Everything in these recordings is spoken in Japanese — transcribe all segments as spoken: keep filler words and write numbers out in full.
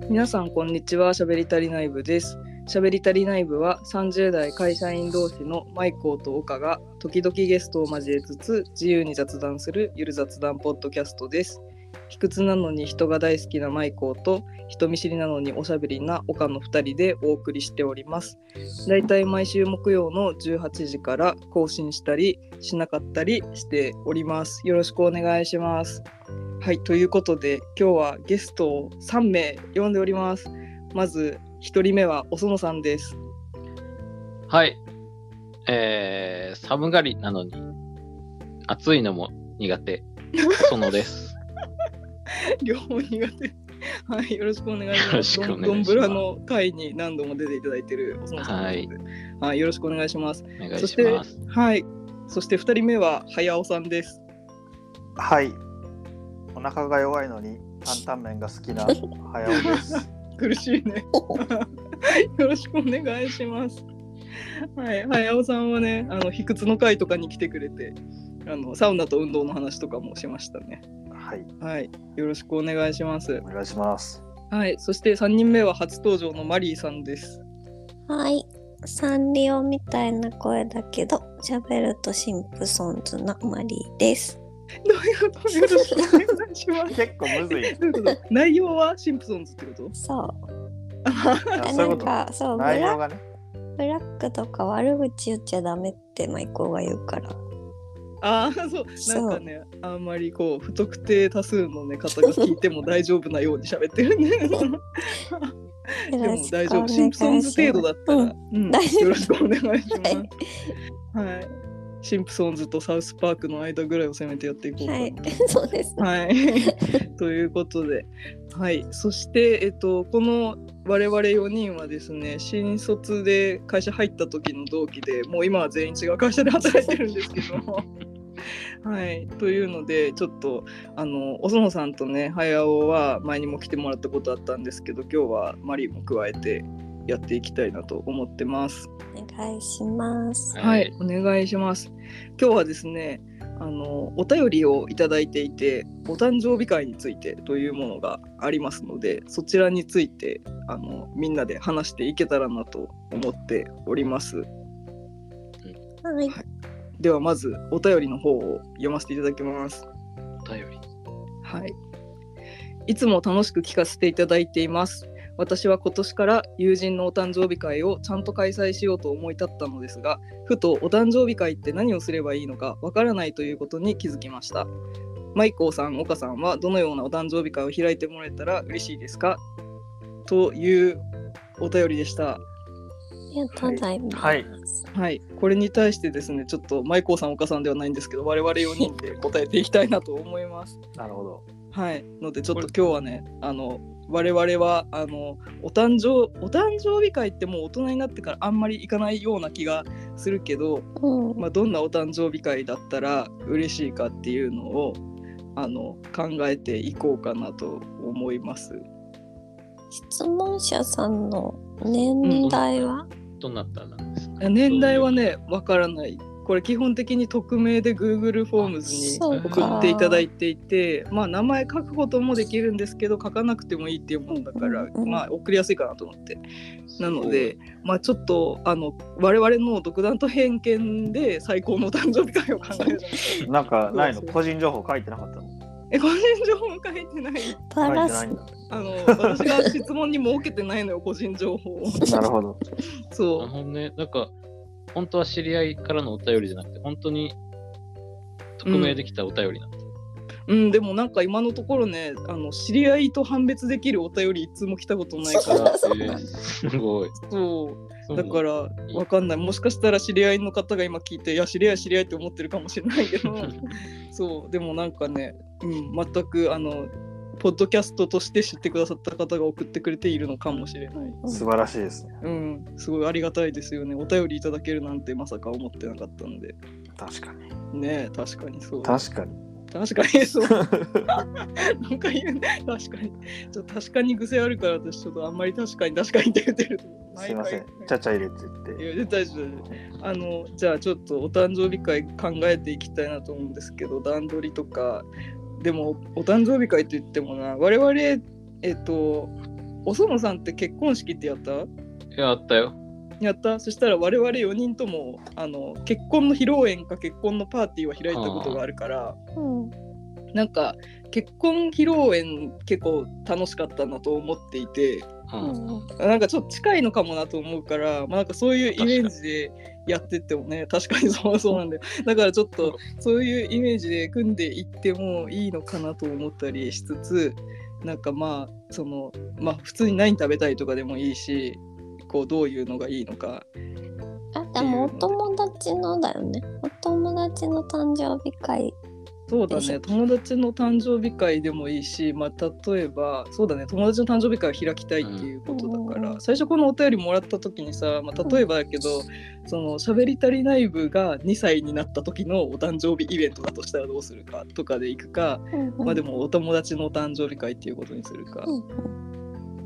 皆さんこんにちは。しゃべり足りない部です。しゃべり足りない部はさんじゅう代会社員同士のマイコーとオカが時々ゲストを交えつつ自由に雑談するゆる雑談ポッドキャストです。卑屈なのに人が大好きなマイコーと人見知りなのにおしゃべりなオカのふたりでお送りしております。だいたい毎週木曜のじゅうはちじから更新したりしなかったりしております。よろしくお願いします。はい、ということで今日はゲストをさんめい呼んでおります。まずひとりめはおそのさんです。 はい、えー、寒がりなのに暑いのも苦手おそのです両方苦手はい、よろしくお願いします。 よろしくお願いします。 どんぶらの会に何度も出ていただいているおそのさんですので、はい、はい、よろしくお願いします。 お願いします。 そして、はい、そしてふたりめははやおさんです。 はい、お腹が弱いのに担々麺が好きなはやおです苦しいねよろしくお願いします。はい、はやおさんはね、あの卑屈の会とかに来てくれて、あのサウナと運動の話とかもしましたね。 はい、 はい、よろしくお願いします。 お願いします。 はい、そしてさんにんめは初登場のマリーさんです。 はい、サンリオみたいな声だけど喋るとシンプソンズなマリーです。 どういうこと？よろしくお願いします。 結構むずい。 内容はシンプソンズってこと？ そう。 あ、そういうこと。 なんかそう、 内容がね。 ブラックとか悪口言っちゃダメってマイコが言うから。 ああ、そう、なんかね、あんまりこう不特定多数の、ね、方が聞いても大丈夫なように喋ってるねでも大丈夫、シンプソンズ程度だったら、うんうん、よろしくお願いします。はい、はい、シンプソンズとサウスパークの間ぐらいを攻めてやっていこうかな。はい、 そうですね。 はい、ということで、はい、そして、えっと、この我々よにんはですね、新卒で会社入った時の同期で、もう今は全員違う会社で働いてるんですけどはい、というのでちょっとあのおそのさんとねはやおは前にも来てもらったことあったんですけど、今日はマリーも加えてやっていきたいなと思ってます。 お願いします。 はい、お願いします。今日はですね、あのお便りをいただいていて、お誕生日会についてというものがありますので、そちらについてあのみんなで話していけたらなと思っております。はい、はい、ではまずお便りの方を読ませていただきます。 お便り、 はい、いつも楽しく聞かせていただいています。私は今年から友人のお誕生日会をちゃんと開催しようと思い立ったのですが、ふとお誕生日会って何をすればいいのかわからないということに気づきました。マイコーさん、オカさんはどのようなお誕生日会を開いてもらえたら嬉しいですか、というお便りでした。 ありがとうございます。 はい、 はい、これに対してですね、ちょっとマイコーさん、オカさんではないんですけど、我々よにんで答えていきたいなと思います。 なるほど。 はい、のでちょっと今日はね、あの我々はあのお誕生お誕生日会ってもう大人になってからあんまり行かないような気がするけど、 うん、 まあ、どんなお誕生日会だったら嬉しいかっていうのをあの考えていこうかなと思います。 質問者さんの年代は、 うん、どなたなんですか？ 年代はね、わからない。これ基本的に匿名で Google フォームズに送っていただいていて、まあ名前書くこともできるんですけど書かなくてもいいっていうもんだから、 うんうん、まあ送りやすいかなと思って、なのでまあちょっとあの我々の独断と偏見で最高のお誕生日会を考えるなんかないの？個人情報書いてなかったの？ え、個人情報書いてない。 パラスあの私が質問に設けてないのよ個人情報なるほど。 そう。 なるほどね。なんか本当は知り合いからのお便りじゃなくて本当に匿名できたお便りなんだ。 うん、うん、でもなんか今のところね、あの知り合いと判別できるお便りいつも来たことないから、 えー、すごい。 そうだからわかんない。もしかしたら知り合いの方が今聞いて、いや知り合い知り合いって思ってるかもしれないけどそうでもなんかね、うん、全くあのポッドキャストとして知ってくださった方が送ってくれているのかもしれない。 素晴らしいですね。 うん、すごいありがたいですよね。お便りいただけるなんてまさか思ってなかったんで。 確かに。 ねえ、確かにそう。 確かに。 確かにそう。なんか言うね。確かに。ちょっと確かに癖あるから私ちょっとあんまり確かに確かにって言ってると。 すいません。ちゃちゃ入れてって。 いや絶対あのじゃあちょっとお誕生日会考えていきたいなと思うんですけど、段取りとか。でもお誕生日会といってもな、我々えっとおそのさんって結婚式ってやった？ やったよ。 やった。そしたら我々よにんともあの結婚の披露宴か結婚のパーティーは開いたことがあるから、 うん、 なんか結婚披露宴結構楽しかったなと思っていて、 うん、 なんかちょっと近いのかもなと思うから、まあ、なんかそういうイメージでやってってもね、確かにそうそうなんだよ。だからちょっとそういうイメージで組んでいってもいいのかなと思ったりしつつ、なんかまあそのまあ普通に何食べたいとかでもいいし、こうどういうのがいいのか。 あ、でもお友達のだよね。お友達の誕生日会。 そうだね、友達の誕生日会でもいいし、まあ、例えばそうだね、友達の誕生日会を開きたいっていうことだから、うん、最初このお便りもらった時にさ、まあ、例えばだけど、うん、そのしゃべり足りない部がにさいになった時のお誕生日イベントだとしたらどうするかとかでいくか、うんうん、まあでもお友達のお誕生日会っていうことにするか、うん、うん、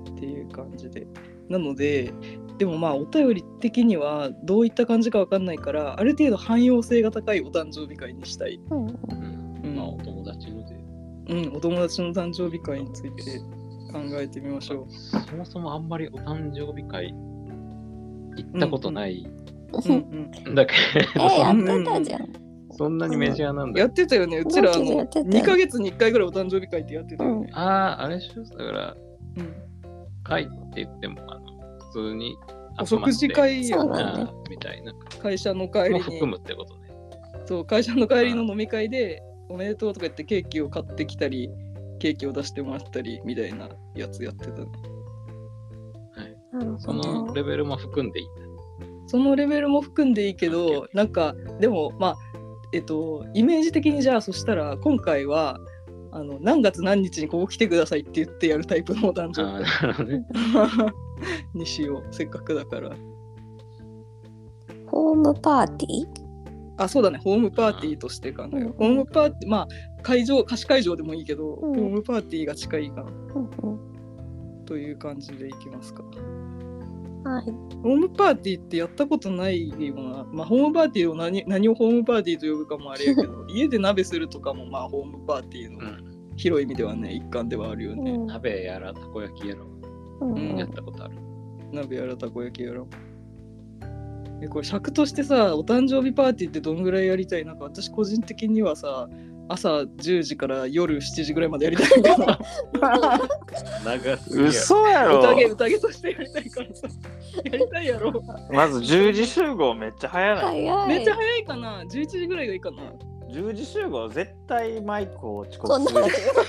っていう感じで。なのででもまあお便り的にはどういった感じかわかんないから、ある程度汎用性が高いお誕生日会にしたい。 うんうん、まあお友達ので。 うん、お友達の誕生日会について考えてみましょう。 そもそもあんまりお誕生日会行ったことない。 うんうん、 だけど。 え、やってたじゃん。 そんなにメジャーなんだ。 やってたよね。うちらあのにかげつにいっかいぐらいお誕生日会ってやってたよね。 うん、ああ、あれしょだから、うん、会って言ってもあの普通にお食事会やな、 ね、みたいな会社の帰りに含むってことね。 そう会社の帰りの飲み会でおめでとうとか言ってケーキを買ってきたりケーキを出してもらったりみたいなやつやってたね。 はい。そのレベルも含んでいい。 そのレベルも含んでいいけど、なんかでもまあえっとイメージ的にじゃあそしたら今回はあの何月何日にここ来てくださいって言ってやるタイプのお誕生日、ね、にしよう、せっかくだから。 ホームパーティー？ あ、そうだね、ホームパーティーとして考える、うん、ホームパーティー、まあ会場貸し会場でもいいけど、うん、ホームパーティーが近いかな、うんうん、という感じでいきますか。 はい。 ホームパーティーってやったことないような、まあ、ホームパーティーを 何, 何をホームパーティーと呼ぶかもあれやけど家で鍋するとかもまあホームパーティーの広い意味ではね、一環ではあるよね、うん、 鍋やらたこ焼きやら、うん、やったことある。 鍋やらたこ焼きやら。えこれ尺としてさ、お誕生日パーティーってどんぐらいやりたい？なんか私個人的にはさ、朝じゅうじから夜しちじぐらいまでやりたいから長すぎや。 嘘やろ。 宴宴としてやりたいからさやりたいやろ。 まずじゅうじ集合めっちゃ早ない？ 早い。 めっちゃ早いかな。じゅういちじぐらいがいいかな。 じゅうじ集合絶対マイクを遅刻する。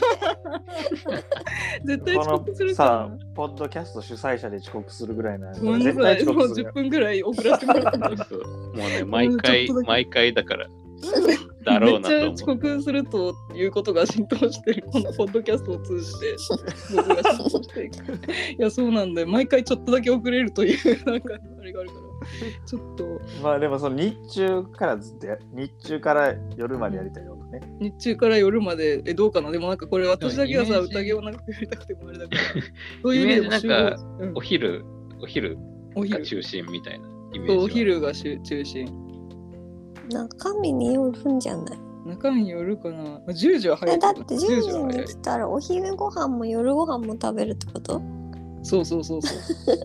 絶対遅刻するからさあ、ポッドキャスト主催者で遅刻するぐらいなの。絶対遅刻する。もうじゅっぷんぐらい遅らせてもらってもうね、毎回毎回だからだろうなと思う。 めっちゃ遅刻するということが浸透してるこのポッドキャストを通じて僕が浸透していく。いやそうなんだよ。毎回ちょっとだけ遅れるというなんかあれがあるからちょっと。 まあでもその日中からずっと日中から夜までやりたいよね。 日中から夜までえどうかな。でもなんかこれ私だけがさ宴を長くやりたくてもあれだからそういう意味でもなんか、うん、お昼お昼が中心みたいなイメージ。 お昼が中心。 中身によるんじゃない？ 中身によるかな。じゅうじは早い。 だってじゅうじに来たらお昼ご飯も夜ご飯も食べるってこと？ そうそうそうそう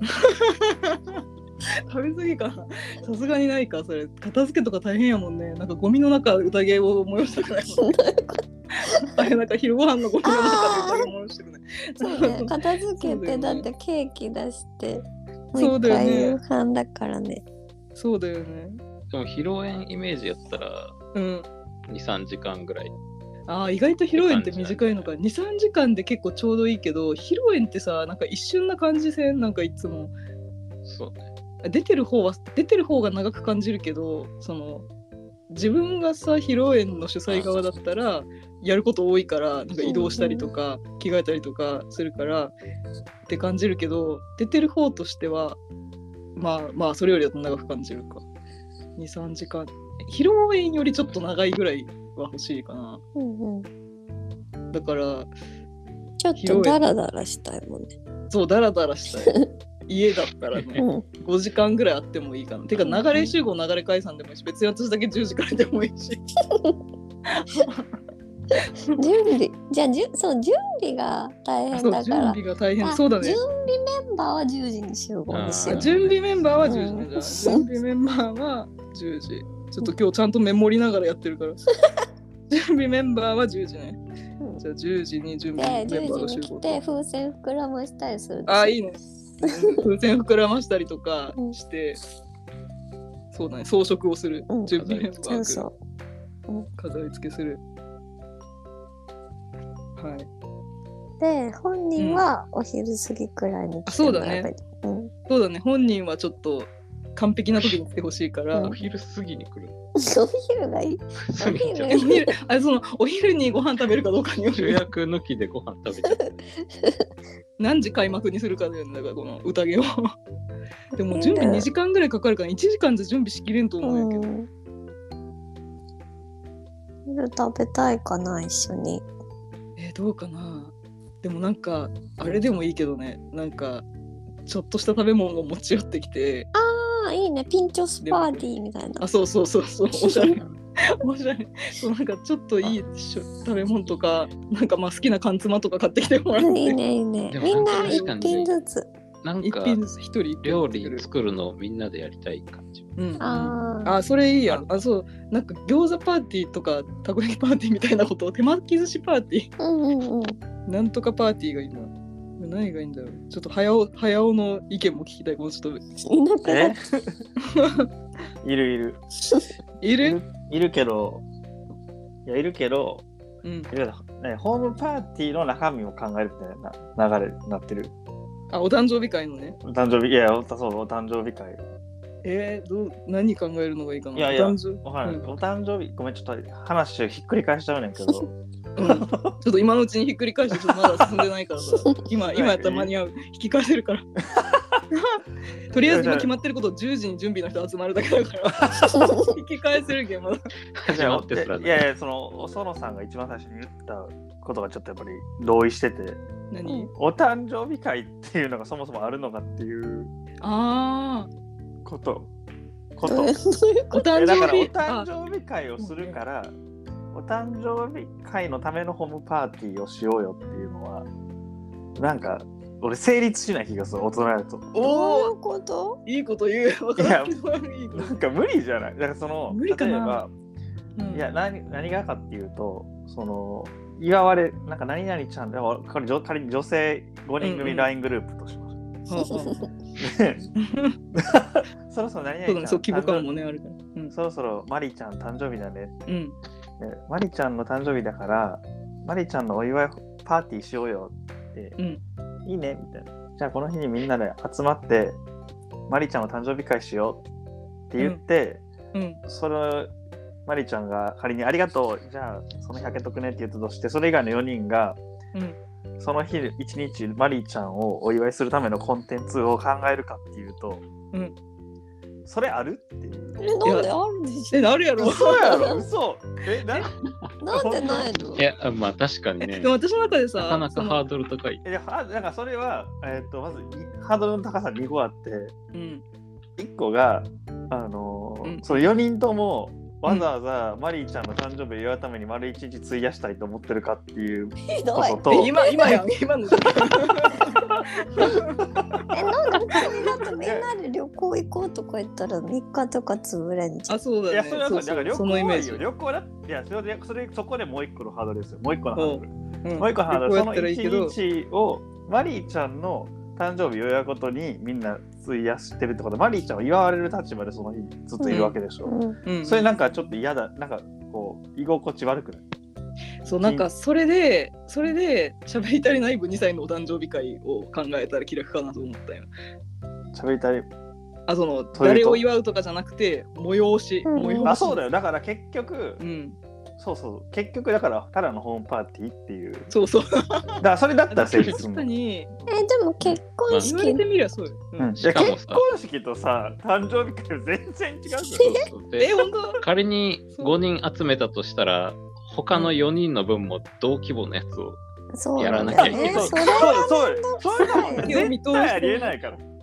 食べ過ぎかな。さすがにないかそれ。片付けとか大変やもんね。なんかゴミの中宴を催したくないもんねあれなんか昼ご飯のゴミの中で催したくない。 そうね、片付けてだってケーキ出してもう一回夕飯だからね。 そうだよね。 でも披露宴イメージやったら、うん、にさんじかんぐらい。 ああ意外と披露宴って短いのか。にさんじかんで結構ちょうどいいけど、披露宴ってさなんか一瞬な感じせん。なんかいつもそうね。 出てる方は出てる方が長く感じるけど、その自分がさ披露宴の主催側だったらやること多いからなんか移動したりとか着替えたりとかするからって感じるけど、出てる方としてはまあまあそれよりだと長く感じるか。にさんじかん。披露宴よりちょっと長いぐらいは欲しいかな、うんうん、だからちょっとダラダラしたいもんね。 そうダラダラしたい家だったらね、うん、ごじかんぐらいあってもいいかな。てか流れ集合流れ解散でもいいし、別に私だけじゅうじからでもいいし準備じゃあじゅそう準備が大変そう準だから備が大変あそうだね準備メンバーはじゅうじに集合にしよう。 あ準備メンバーはじゅうじね、 うんじゃあ準備メンバーはじゅうじちょっと今日ちゃんとメモりながらやってるから準備メンバーはじゅうじね、 うんじゃあじゅうじに準備でメンバー 10時に来が集合て風船膨らましたりするでしょ。 あいいね風船膨らましたりとかして、そうだね装飾をする、 うん準備メンバーそうそう飾り付けする、はいで本人はお昼過ぎくらいに来てもらえばいい。うんそうだね本人はちょっと完璧な時に来てほしいから、 うんお昼過ぎに来る。 お昼がいい。 過ぎちゃうえお昼あそのお昼にご飯食べるかどうかによ主る役抜きでご飯食べちゃう。 何時開幕にするかだよねだからこの宴をでも準備にじかんぐらいかかるからいちじかんじゃ準備しきれんと思うんやけど、 うん昼食べたいかな一緒に。 えーどうかなでもなんかあれでもいいけどねなんかちょっとした食べ物を持ち寄ってきてああいいねピンチョスパーティーみたいなあ。そうそうそうそうおしゃれおしゃれそうなんかちょっといいしょ食べ物とかなんかまあ好きな缶詰とか買ってきてもらっていいねいいね。 でもみんな確かに一品ずつ。 一なんか品ずつ一人一品料作る理作るのをみんなでやりたい感じ。 うんうんあああそれいいやあそうなんか餃子パーティーとかたこ焼きパーティーみたいなことを手巻き寿司パーティーうんうんうん。 なんとかパーティーがいいな何がいいんだろうちょっと早尾早尾の意見も聞きたいこのちょっといなくなっえいるいるいるいるいるけどいやいるけどうんいるけどねホームパーティーの中身を考えるみたいな流れになってる。 あお誕生日会のねお誕生日いやおそうお誕生日会。 えー、どう何考えるのがいいかないやいやお誕生わからない、 うんお誕生日ごめんちょっと話ひっくり返しちゃうねんけどうん、ちょっと今のうちにひっくり返してちょっとまだ進んでないからさ今今やったら間に合う引き返せるからとりあえず今決まってることじゅうじに準備の人集まるだけだから引き返せるけどまだ始まってすらいやいやそのお園さんが一番最初に言ったことがちょっとやっぱり同意してて何、 お誕生日会っていうのがそもそもあるのかっていうああことこどういうとお誕えだからお生日誕生日会をするからお誕生日会のためのホームパーティーをしようよっていうのはなんか俺成立しない気がする大人だとどういおうこと？ いいこと言うわからんけどいいことなんか無理じゃないだからその無理かな例えばうんいや何何がかっていうとその祝われなんか何々ちゃんでもこれ女仮に女性ごにん組 ライン グループとしましょう、 ほうほうほうでそろそろ何々ちゃんそうだねそう規模感も誕ねあるからうん生そろそろマリちゃん誕生日だねうんでマリちゃんの誕生日だからマリちゃんのお祝いパーティーしようよって、 うんいいねみたいなじゃあこの日にみんなで集まってマリちゃんの誕生日会しようって言って、 うんそれマリちゃんが仮にありがとうじゃあその日開けとくねって言ったとしてそれ以外のよにんがうんその日いちにちマリちゃんをお祝いするためのコンテンツを考えるかっていうと、 うんそれあるっていうえなんであるでしえなるやろ嘘やろ嘘えなょ。なんでないの？ いや、まあ確かにねで、も私の中でさなかなかそのハードル高い。 えはなんかそれは、えー、とまずいハードルの高さにこあってうんいっこがあのーうんそのよにんともわざわざマリーちゃんの誕生日を祝うために丸一日費やしたいと思ってるかっていうひどい。 こととえ今今やん今のえなんか普通にだってみんなで旅行行こうとか言ったらみっかとか潰れんじゃん。 あそうだねいやそれはそうだから旅そ行はいいのイメージよ旅行だいやそれでそれそこでもう一個のハードルですよもう一個のハードルうんもう一個のハードルその旅行やったらいいけど一日をマリーちゃんの誕生日を祝うことにみんな費やしてるってことマリーちゃんは祝われる立場でその日ずっといるわけでしょ、 うんうんそれなんかちょっと嫌だなんかこう居心地悪くないそうなんかそれでそれで喋り足りない部にさいのお誕生日会を考えたら気楽かなと思ったよ。 喋りたいあそのというと誰を祝うとかじゃなくて催しうん催し。 あそうだよだから結局、 うんそうそう結局だからただのホームパーティーっていうそうそう。 だからそれだったら成立するの確かにえでも結婚言わ式れてみりゃそうよ。ううんん、いしやかもさ結婚式とさ誕生日会は全然違うからそうそうでえ本当？ 仮にごにん集めたとしたら、他のよにんの分も同規模のやつを。 そうやらなんだよね。 なきゃいけないそうそれそうそうそういうのもいや絶対ありえないから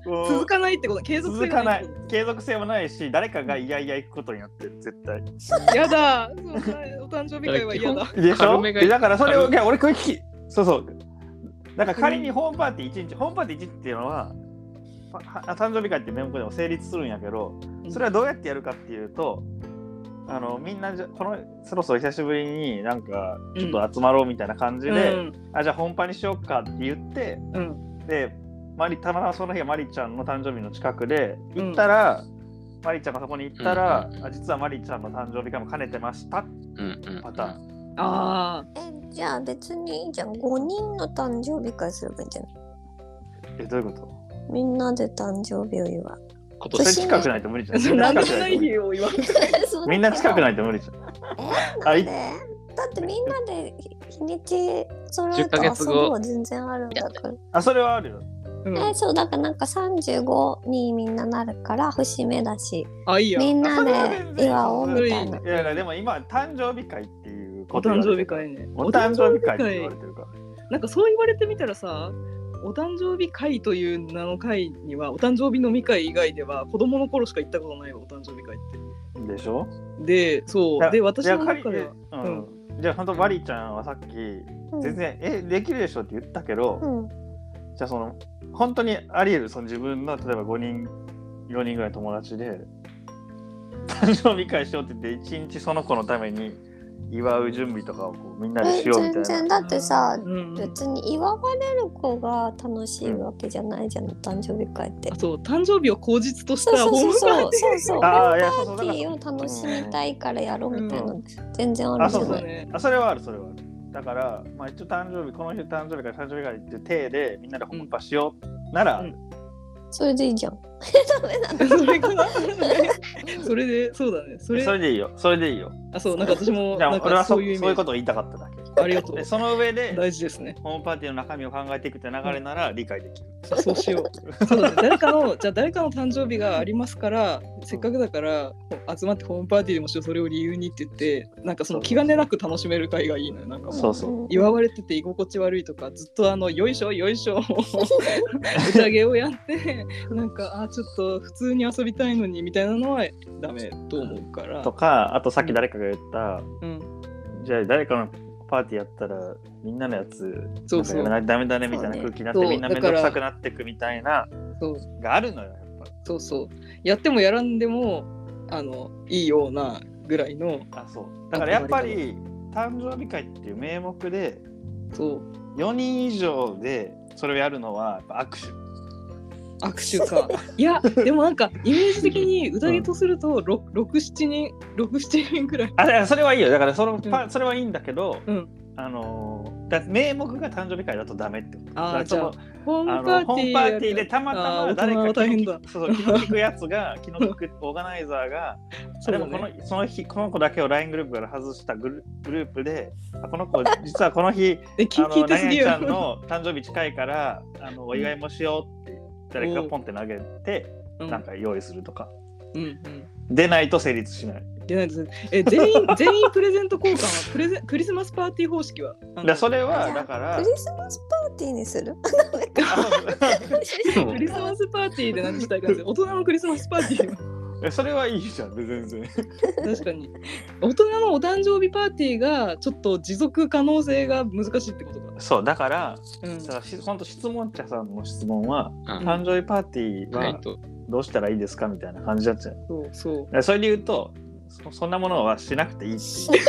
続かないってこと、継続性続かないってこ継続性もないし、誰かがいやいや行くことになってる絶対。 と。やだ、そんなお誕生日会は嫌だ。 でしょ軽めがいいでだからそれを、 軽めいや俺これ聞き、そうそう。だから仮にホームパーティーいちにち、ホームパーティーいちにちっていうのは、はは誕生日会って名目でも成立するんやけど、それはどうやってやるかっていうと、あのみんなじゃこのそろそろ久しぶりになんかちょっと集まろうみたいな感じで、 うんあじゃあ本番にしようかって言って、 うんでマリたまたまその日はマリちゃんの誕生日の近くで行ったら、うん、マリちゃんがそこに行ったら、 うんうん、 あ実はマリちゃんの誕生日会も兼ねてましたうんうん、 パターン。 ああ、 え、じゃあ別にいいじゃん。ごにんの誕生日会すればいいんじゃない？ えどういうことみんなで誕生日を祝う。 それ近くないと無理じゃん。みんなでもなん近くなないい日を言わん。 みんな近くないと無理じゃん。 えあいなんでだってみんなで日にち揃え 10ヶて月後遊ぶは全然あるんだから。 あそれはあるよ。 うんえそうだからなんかさんじゅうごにみんななるから節目だし、 あ、いいや。 みんなあそれはで全然祝おうみたいな。 いやいやでも今誕生日会っていうおこと誕生日言われてる会ね。 お誕生日会って言われてるから。 なんかそう言われてみたらさ、お誕生日会という名の会には、お誕生日飲み会以外では子供の頃しか行ったことないわ、お誕生日会っでしょ。 て。で、そう。で、私の中では。 うんうん、じゃあ本当マリちゃんはさっきうん全然、えできるでしょって言ったけど、 うんじゃあその本当にあり得るその自分の例えばごにんよにんぐらい友達で誕生日会しようって言っていちにちその子のために祝う準備とかをこうみんなでえしようみたいな。 全然だってさ、 うんうん、 別に祝われる子が楽しいわけじゃないじゃん、誕生日会ってあ。そう、誕生日を口実としそうたホームそうそうパーテそうそう。 あーいやパそうそうーティーを楽しみたいからやろうみたいな、全然あるあそうそうじゃない。 ね。 あそれはあるそれはある。だからまあ一応誕生日この日誕生日から誕生日会っていう体でみんなでホームパしようなら、 うんそれでいいじゃん。ダメなの。 それかなそれで、そうだね。それそれでいいよそれでいいよ。 あ、そう、なんか私も、 じゃあなん俺はそそううかそいうイメージ。 いうことを言いたかっただけ。 ありがとうで。その上で大事ですね。 ホームパーティーの中身を考えていくって流れなら理解できる。 あそうしよう。そうだね。誰かの、じゃあ誰かの誕生日がありますから、せっかくだからほ集まってホームパーティーでもしよう、それを理由にって言って、なんかその気兼ねなく楽しめる会がいいのよ。なんかもうそうそう。 祝われてて居心地悪いとか、ずっとあの、よいしょよいしょ宴をやって、なんか、あ、ちょっと普通に遊びたいのにみたいなのはダメと思うから。 とか、あとさっき誰かが言った、 うん。 じゃあ誰かのパーティーやったらみんなのやつそうそうなんかダメだねみたいな空気になって、 そうねみんな面倒くさくなっていくみたいなそうがあるのよやっぱ。 そうそう。やってもやらんでも、あの、いいようなぐらいの、 あそうだからやっぱり誕生日会っていう名目でそう。 よにん以上でそれをやるのはやっぱ握手。 握手か。いや、でもなんか、イメージ的に宴とすると、ろく、ななにん、ろく、ななにんくらい。 あだからそれはいいよ。だからその、 うんパそれはいいんだけど、 うんあのーだ名目が誕生日会だとダメってこと。 あーだからそのじゃホームあパーティーのホームパーティーでたまたま誰かあー大人は大変だ。 そうそう気の利くやつが気の利くオーガナイザーがそうだねでもこのその日この子だけを ライン グループから外したグルグループであこの子実はこの日え、 あ聞の聞いてすげえよ何々ちゃんの誕生日近いからあのお祝いもしようって誰かがポンって投げてうんなんか用意するとか、 うんうん。 でないと成立しない。 でないですえ、全員、全員プレゼント交換はプレゼン、クリスマスパーティー方式はあのでそれはだからクリスマスパーティーにする？ダメか。 そうクリスマスパーティーで何したいかですよ。大人のクリスマスパーティーは。 えそれはいいじゃん全然。 確かに。大人のお誕生日パーティーがちょっと持続可能性が難しいってことか。 そうだからうん。 だからしほんと質問者さんの質問は、 うん誕生日パーティーはないと。 どうしたらいいですかみたいな感じだったよ。 そうそうだ。からそれで言うとそそんなものはしなくていいっていう。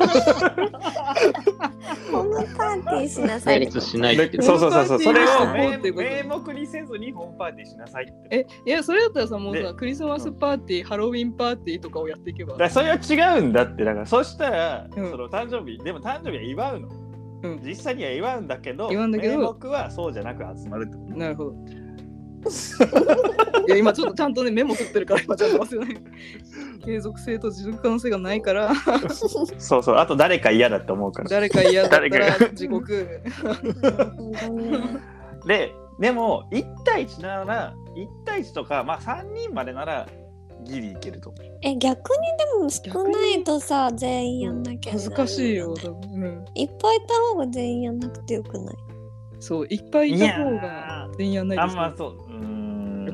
ホームパーティーしなさい成立しないってでそうそうそうそうそれをホームパー名ティー名目にせずにホームパーティーしなさいって。 え、いや、それだったらさ、もうさ、 でクリスマスパーティー、ハロウィンパーティーとかをやっていけばだか。らそれは違うんだって。だからそしたら、 うんその誕生日でも誕生日は祝うの、 うん実際には祝うんだけど祝うんだけど名目はそうじゃなく集まるってこと。 なるほど。いや、今ちょっとちゃんとね、メモ取ってるから、今ちゃんと忘れない。継続性と持続可能性がないから、 そうそうあと誰か嫌だって思うから。 誰か嫌だった誰らか地獄。 なるほどね。 ででもいち対いちならいち対いちとかまあさんにんまでならギリいけると思う。 え、逆にでも少ないとさ、全員やんなきゃ恥ずかしいよ。 ね多分うん、 いっぱいいた方が全員やんなくてよくない？ そう、いっぱいいた方いやが全員やんないですけどあんまそううーん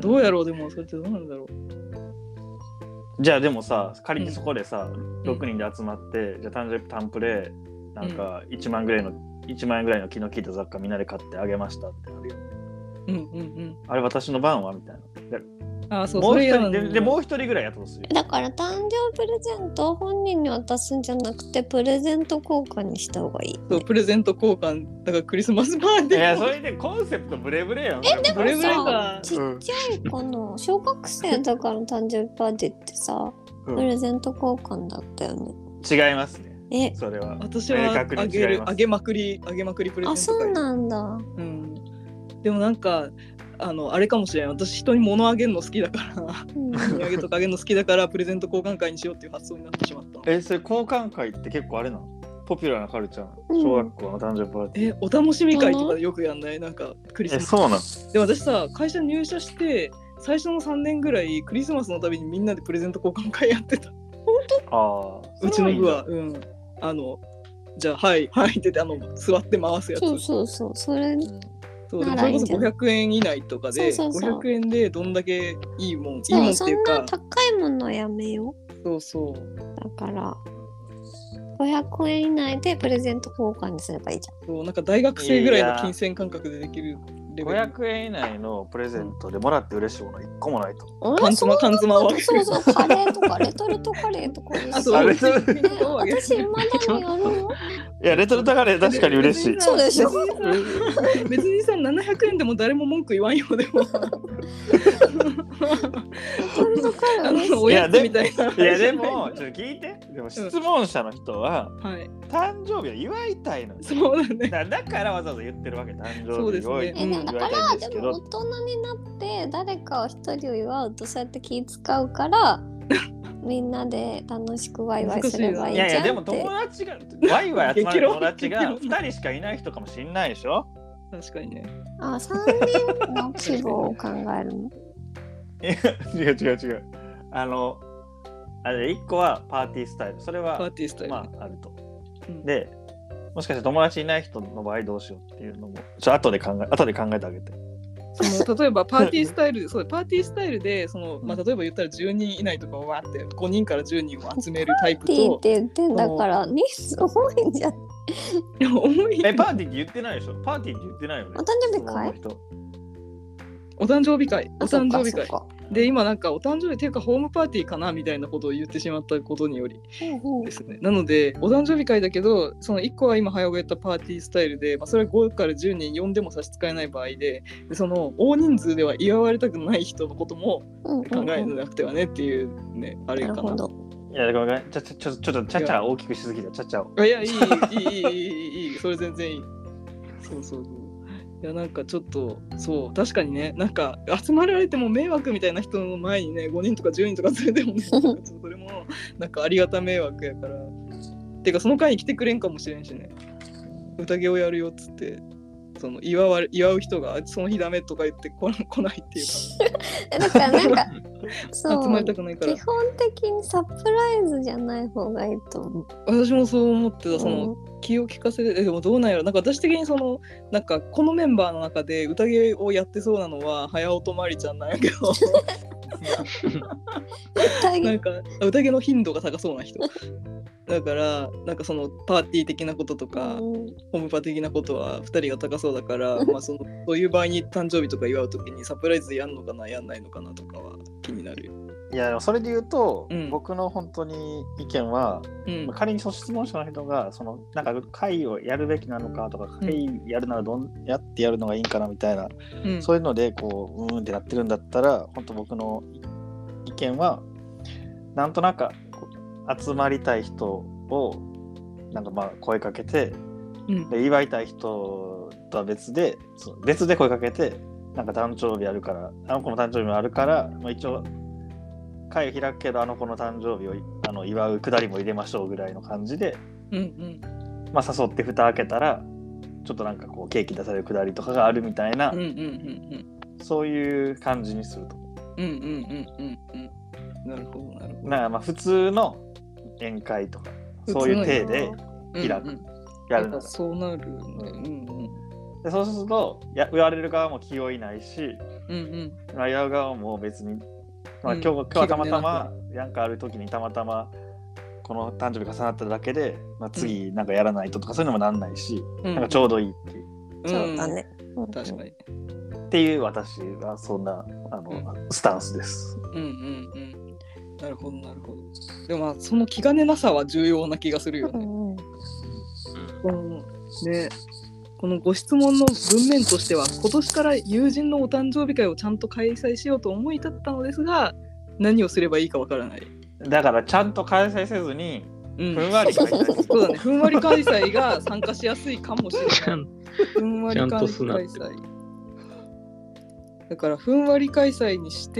どうやろうでもそれってどうなんだろう。 じゃあでもさ仮にそこでさ、うん、ろくにんで集まって、うん、じゃあ誕生日タンプでなんかいちまんぐらいの、うん、いちまん円ぐらいの気の利いた雑貨みんなで買ってあげましたってなるよ。 うんうんうん。 あれ私の番はみたいな。 あ、そう、 もう一人それで、でもう一人ぐらいやったとするよ。 だから誕生日プレゼントを本人に渡すんじゃなくてプレゼント交換にした方がいい、ね、 そうプレゼント交換だからクリスマスパーティー。 いやそれでコンセプトブレブレやん。 えでもブレブレさかちっちゃい子の小学生だからの誕生日パーティーってさ、うん、プレゼント交換だったよね。 違いますね。 えそれは私はあげるあげまくりあげまくりプレゼント。 あそうなんだ。 うん。でもなんかあのあれかもしれない。私人に物あげるの好きだから土産とかあげるの好きだからプレゼント交換会にしようっていう発想になってしまった。 えそれ交換会って結構あれなの？ポピュラーなカルチャー、うん、小学校の誕生日パーティー。 えお楽しみ会とかでよくやんない？なんかクリスマス。 えそうなの？ で私さ会社入社して最初のさんねんぐらいクリスマスのたびにみんなでプレゼント交換会やってた。 本当？あうちの部はうんあのじゃあはいはいって言ってあの座って回すやつ。 そうそうそうそれ。うんそうでもそれこそごひゃくえん以内とかでそうそうそうごひゃくえんでどんだけいいもんいいもんっていうかそんな高いものはやめよう。そうそうだからごひゃくえん以内でプレゼント交換にすればいいじゃん。 そうなんか大学生ぐらいの金銭感覚でできるレベル。 ごひゃくえん以内のプレゼントでもらって嬉しいものいっこもないと。 缶詰缶詰をあげる。 そうそうカレーとかレトルトカレーとかあそうレトルト、 ね、私まだにやるよ。 いやレトルトカレー確かに嬉しい。 そうでしょ。 別にさななひゃくえんでも誰も文句言わんよでも。レトルトカレーおやつみたいな。 いやでもちょっと聞いて。でも質問者の人は、 うんはい、 誕生日を祝いたいの。 そうだね。 だ, だからわざわざ言ってるわけ誕生日をそうですね。 えだからでも大人になって誰かを一人を祝うとそうやって気使うからみんなで楽しくワイワイすればいいじゃんって。いやいやでも友達がワイワイ集まる友達がふたりしかいない人かもしれないでしょ。 確かにね。 あさんにんの規模を考えるの。 いや違う違う違う。あのあれいっこはパーティースタイル。それはパーティースタイル、ね、 まああると。うん、でもしかして友達いない人の場合どうしようっていうのもちょっと後で考え後で考えてあげて。 その例えばパーティースタイルそうパーティースタイルでその、まあ、例えば言ったらじゅうにん以内とかをわーってごにんからじゅうにんを集めるタイプと。 パーティーって言ってんだから人数多いんじゃん。 重い。 えパーティーって言ってないでしょ。パーティーって言ってないよね。 お誕生日会？ お誕生日会。お誕生日会。で今なんかお誕生日っていうかホームパーティーかなみたいなことを言ってしまったことによりですね。なのでお誕生日会だけどそのいっこは今早が言ったパーティースタイルで、まあ、それはごからじゅうにん呼んでも差し支えない場合で、でその大人数では祝われたくない人のことも考えなくてはねっていうね、あれかな。なるほど。 いやごめんちょちょちょちょっとちゃちゃ大きくしすぎたちゃちゃを。 いやいいいいいいいいいいいそれ全然いい。そうそうそう。いやなんかちょっとそう確かにねなんか集まられても迷惑みたいな人の前にねごにんとかじゅうにんとか連れてもねそれもなんかありがた迷惑やからてかその会に来てくれんかもしれんしね宴をやるよっつってその祝われ祝う人がその日ダメとか言ってこ来ないっていうかだからなんかそう集まりたくないから基本的にサプライズじゃない方がいいと思う。 私もそう思ってたその、うん気を利かせてでもどうなんやろなんか私的にそのなんかこのメンバーの中で宴をやってそうなのは早尾とまりちゃんなんやけどなんか宴の頻度が高そうな人だからなんかそのパーティー的なこととか、うん、ホームパ的なことはふたりが高そうだからまあそのそういう場合に誕生日とか祝うときにサプライズやんのかなやんないのかなとかは気になるよ。 いやそれで言うと、 うん、 僕の本当に意見は、うんまあ、仮にその質問者の人がそのなんか会をやるべきなのかとか、うん、会やるならどんやってやるのがいいんかなみたいな、うん、そういうのでこううーんってなってるんだったら本当僕の意見はなんとなく集まりたい人をなんかまあ声かけて、うん、で祝いたい人とは別で別で声かけてなんか誕生日あるからあの子の誕生日もあるから、まあ、一応会を開くけどあの子の誕生日をあの祝うくだりも入れましょうぐらいの感じで、 うんうんまあ、誘って蓋開けたらちょっとなんかこうケーキ出されるくだりとかがあるみたいな、 うんうんうんうん、 そういう感じにすると思う。うんうんうんうんうん。なるほどなるほど。 なんかまあ普通の宴会とかそういう体で開く、うんうん、やるならそうなるね。うんうん。 でそうするとや言われる側も気負いないし、 うんうんまあ、やる側も別に、まあ、 うん今日今日はたまたま気なんかある時にたまたまこの誕生日重なっただけで、まあ、次なんかやらないととかそういうのもなんないし、 うん、 なんかちょうどいいっていうそうだね。 うん、確かに。 っていう私はそんなあの、 うん、 スタンスです。 うんうんうん。なるほどなるほど。でもまあその気兼ねなさは重要な気がするよね。 うんうん、 このね、このご質問の文面としては今年から友人のお誕生日会をちゃんと開催しようと思い立ったのですが、何をすればいいかわからない。 だからちゃんと開催せずに、 うん、 ふんわり開催そうだね、ふんわり開催が参加しやすいかもしれない。ふんわり開催。だからふんわり開催にして、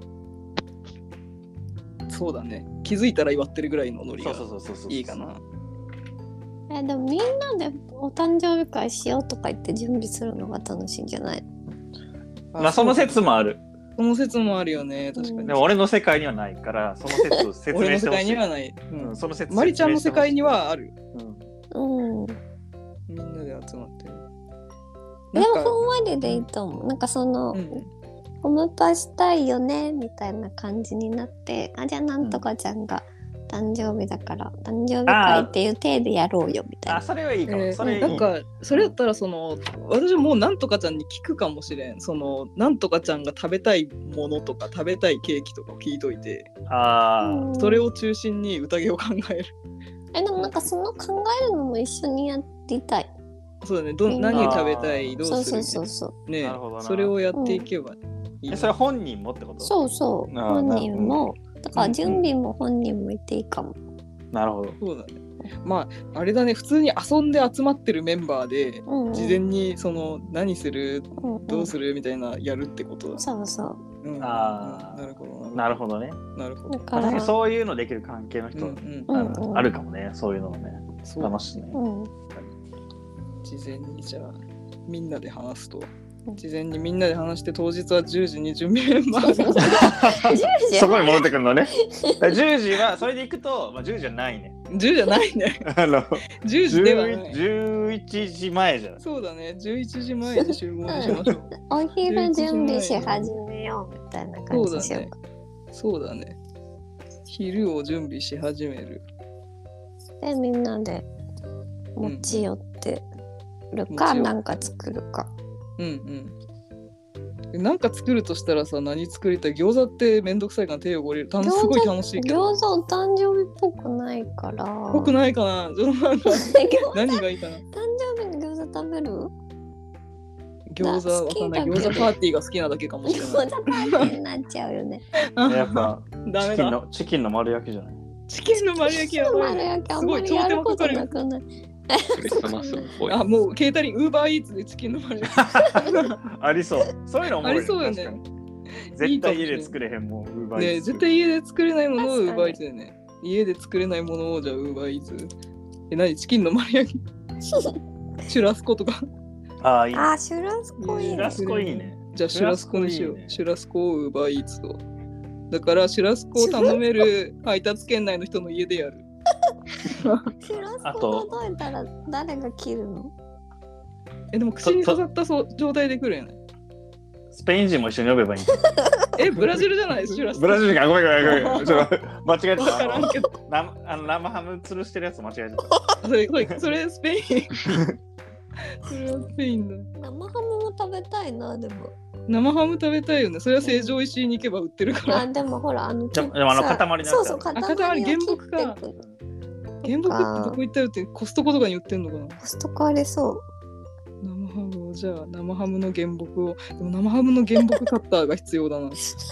そうだね、気づいたら祝ってるぐらいのノリがいいかな。 えでもみんなでお誕生日会しようとか言って準備するのが楽しいんじゃない？ まあその説もある。 その説もあるよね、確かに。 でも俺の世界にはないから、その説を説明してほしい。 俺の世界にはない。 うん、その説マリちゃんの世界にはある。 うん。うん、 みんなで集まってる。 でもふんわりでいいと思う。なんかその、うん、ホムパしたいよねみたいな感じになって、あじゃあなんとかちゃんが誕生日だから誕生日会っていう体でやろうよみたいな。 あそれはいいかも。 えー、 それいい。 なんかそれだったらその私もうなんとかちゃんに聞くかもしれん。そのなんとかちゃんが食べたいものとか食べたいケーキとかを聞いといて、 あそれを中心に宴を考える。 えでもなんかその考えるのも一緒にやりたい。 そうだね。ど何を食べたいどうする、 そうそうそうね。それをやっていけばいい、 うん、それ本人もってこと？ そうそう本人も。だから準備も本人もいていいかも。 なるほど。 そうだね。まああれだね、普通に遊んで集まってるメンバーで、うんうん、事前にその何する、うんうん、どうするみたいなやるってことだ。 そうそう。 うん、 ああ、 なるほど。 なるほどね。 なるほど。 確かにそういうのできる関係の人、うんうん、あ, あるかもね。そういうのもね。楽しいね、うん。 事前にじゃあみんなで話すと。事前にみんなで話して当日はじゅうじに準備メンバーがそこに戻ってくるのね。じゅうじはそれで行くと、まあ、じゅうじじゃないね。 じゅうじゃないね。あのじゅうじではない。 じゅういちじまえじゃない。 そうだね。じゅういちじまえに集合しましょう。 お昼準備し始めようみたいな感じでしょうか。 そうだね。そうだね。昼を準備し始める。 でみんなで持ち寄ってるか、うん、なんか作るか。 うんうん。なんか作るとしたらさ、何作りたい？餃子ってめんどくさいから手汚れる。すごい楽しいけど。 餃子お誕生日っぽくないから。 ぽくないかな。何がいいかな。 誕生日に餃子食べる？ 餃子わかんない。餃子パーティーが好きなだけかもしれない。 餃子パーティーになっちゃうよね。 やっぱダメだ。 チキンのチキンの丸焼きじゃない。 チキンの丸焼きやばい、ね。 すごい超手間かかる。 クリスマスっぽい。 あ、もうケータリングウーバーイーツでチキンの丸焼きありそう。そういうのもありそうよね。 絶対家で作れへんもんウーバーイーツ。 ね、絶対家で作れないものをウーバーイーツでね。家で作れないものをじゃあウーバーイーツ。え、何チキンの丸焼き？シュラスコとか。 ああいい。 あ、シュラスコいいね。 シュラスコいいね。 じゃあシュラスコにしよう。シュラスコをウーバーイーツと。だからシュラスコを頼める配達圏内の人の家でやる。 シュラスコ届いたら誰が切るの？ え、でも口に刺さったそう状態で来るやない。 スペイン人も一緒に呼べばいいんだ。 え、ブラジルじゃない？シュラスコ。 ブラジルか、ごめんごめんごめん。間違えてた。 分からんけど。 生あの生ハム吊るしてるやつ間違えてた。 それそれスペイン。それはスペインだ。 生ハムも食べたいな、でも。 生ハム食べたいよね。それは成城石井に行けば売ってるから。 あ、でもほら、あの、 でもあの塊のやつ。 そうそう、 塊原木か。原木ってどこ行ったよって、コストコとかに売ってんのかな。 コストコありそう。 生ハムを、じゃあ生ハムの原木を、でも生ハムの原木カッターが必要だな。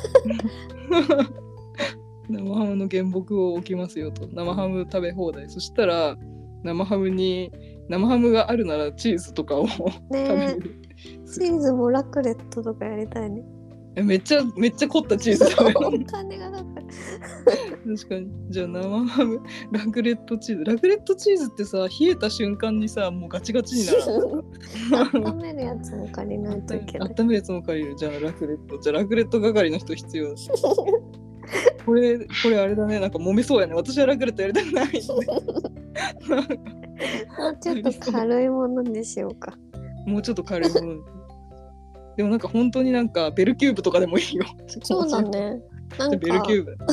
生ハムの原木を置きますよと。生ハム食べ放題。そしたら生ハムに生ハムがあるならチーズとかを、ね、食べる。 チーズもラクレットとかやりたいね。 え、めっちゃめっちゃ凝ったチーズ食べる。 お金がだから確かに。じゃあ生ハムラクレットチーズラクレットチーズってさ、冷えた瞬間にさ、もうガチガチになる。 温めるやつも借りないといけない。 温めるやつも借りる。じゃあラクレットじゃあラクレット係の人必要だ。これこれあれだね、なんか揉めそうやね。私はラクレットやりたくない、ね。 もうちょっと軽いものにしようか。 もうちょっと軽いものでもなんか本当になんかベルキューブとかでもいいよ。 そうだね。なんかベルキューブ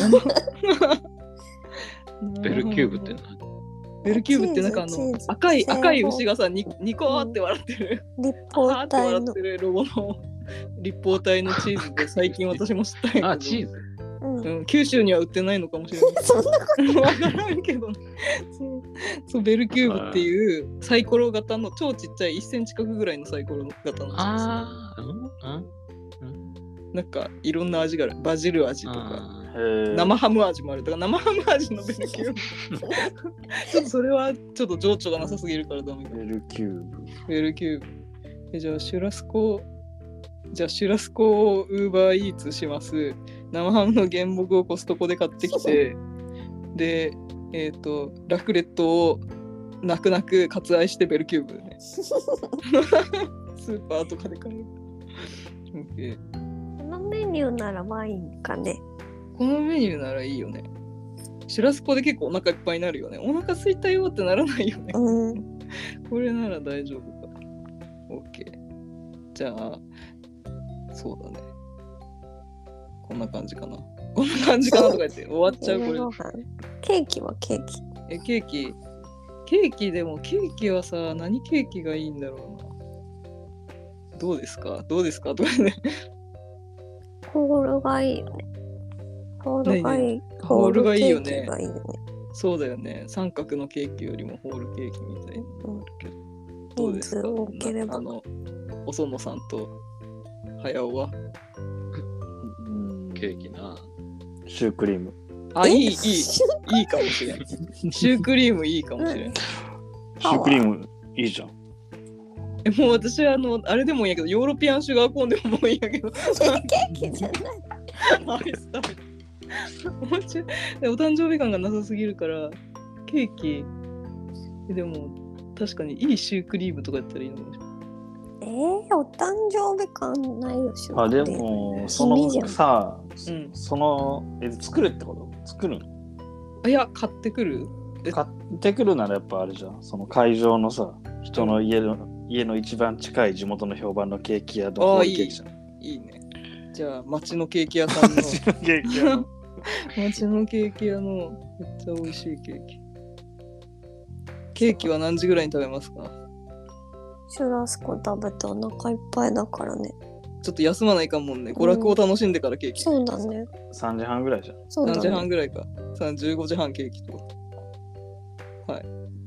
ベルキューブって何？ ベルキューブってなんかあの赤い赤い牛がさにニコーって笑ってる、 立方あーって笑体のってるロゴの立方体のチーズで最近私も知ったんやけどあ、チーズ。 うんうん、九州には売ってないのかもしれないそんなこわからんけどそうそうベルキューブっていうサイコロ型の超ちっちゃいいっセンチ角ぐらいのサイコロ型のチーズああ、うんうんなんかいろんな味があるバジル味とかあへえ。 生ハム味もあるとか生ハム味のベルキューブちょっとそれはちょっと情緒がなさすぎるからダメかベルキューブ。 ベルキューブえじゃあシュラスコじゃあシュラスコをウーバーイーツします生ハムの原木をコストコで買ってきてでえっ、ー、とラフレットを泣く泣く割愛してベルキューブねスーパーとかで買う OK このメニューならワインかね。 このメニューならいいよねシュラスコで結構お腹いっぱいになるよねお腹空いたよってならないよね、 うん。 これなら大丈夫か OK じゃあそうだねこんな感じかなこんな感じかなとか言って終わっちゃうこれケーキはケーキ。 えケーキケーキでもケーキはさ何ケーキがいいんだろうなどうですかどうですかとかねホールがいいよね。ホールがいい。 ホールがいいよねホールケーキがいいよね。 そうだよね三角のケーキよりもホールケーキみたいなのがあるけど、 うん、 どうですか人数多ければあのお園さんと早尾はうんケーキな。 シュークリーム。 あいいいいいシュいかもしれんシュークリームいいかもしれんシュークリームいいじゃん。 えもう私はあのあれでもいいんやけどヨーロピアンシュガーコーンでももういいんやけどケーキじゃない。 アイス食べてお餅でお誕生日感がなさすぎるからケーキでも確かにいいシュークリームとかやったらいいのかもしれないえー、お誕生日感ないよしょ。 あでもそのさ、 うん、 そのえ作るってこと作るのあいや買ってくる買ってくるならやっぱあれじゃんその会場のさ人の家の、うん、家の一番近い地元の評判のケーキ屋のホールケーキじゃん。 いいねじゃあ町のケーキ屋さんの町のケーキ屋の町のケーキ屋のめっちゃ美味しいケーキケーキは何時ぐらいに食べますか？ シュラスコ食べてお腹いっぱいだからね。 ちょっと休まないかもんね。娯楽を楽しんでからケーキ。 そうだね。 さんじはんぐらいじゃん。 そうだね。 さんじはんぐらいか。さんじゅうごじはんケーキと。はい。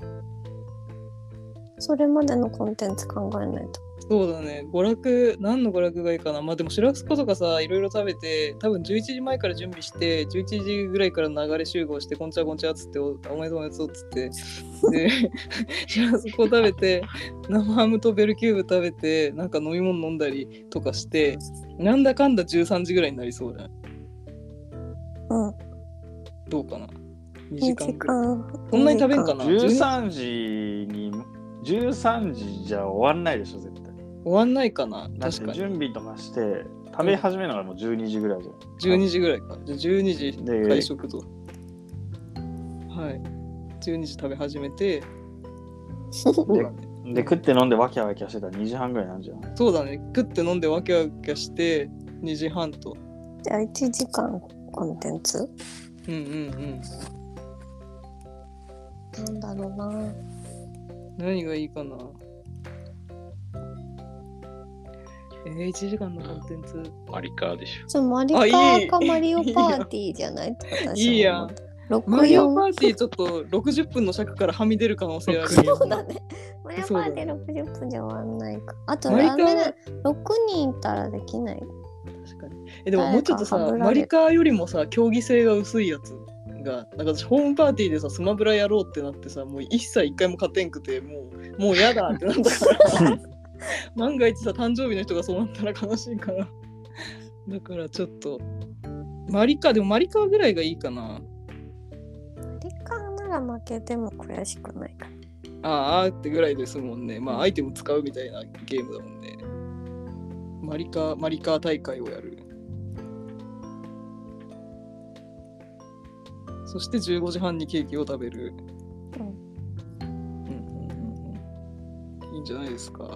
それまでのコンテンツ考えないと。 そうだね。娯楽、何の娯楽がいいかな。まあでもシュラスコとかさ、いろいろ食べて、多分じゅういちじまえから準備して、じゅういちじぐらいから流れ集合して、こんちゃこんちゃっつって、おおめでとうおめでとうっつって、で、シュラスコ食べて、生ハムとベルキューブ食べて、なんか飲み物飲んだりとかして、なんだかんだじゅうさんじぐらいになりそうだね。 うん。 どうかな。にじかんぐらい。 にじかんそんなに食べんかな。 じゅうさんじに、じゅうさんじじゃ終わんないでしょ、絶対。 終わんないかな。 だって確かに。 準備とかして食べ始めるのがもうじゅうにじぐらいじゃん。 じゅうにじぐらいか。じゃあじゅうにじで会食と。はい。じゅうにじ食べ始めて。そうだね。 で食って飲んでワキャワキャしてたらにじはんぐらいなんじゃん。 そうだね。食って飲んでワキャワキャしてにじはんと。 じゃあいちじかんコンテンツうんうんうん。 なんだろうな。 何がいいかな。えー、いちじかんのコンテンツ。 マリカーでしょ。 そうマリカーかマリオパーティーじゃないって私いいやん。マリオパーティーちょっとろくじゅっぷんの尺からはみ出る可能性ある。 そうだね。マリオパーティーろくじゅっぷんじゃ終わんないか。あとあれね、ろくにんいたらできない。 確かに。えでももうちょっとさ、マリカーよりもさ、競技性が薄いやつが、なんか私ホームパーティーでさ、スマブラやろうってなってさ、もう一切一回も勝てんくて、もう、もうやだってなったから。万が一さ、誕生日の人がそうなったら悲しいから。だからちょっと、マリカー、でもマリカーぐらいがいいかな。 マリカーなら負けても悔しくないかな。ああってぐらいですもんね。まあアイテム使うみたいなゲームだもんね。マリカー、マリカー大会をやる。そしてじゅうごじはんにケーキを食べる。うん。うんうんうんうん。いいんじゃないですか。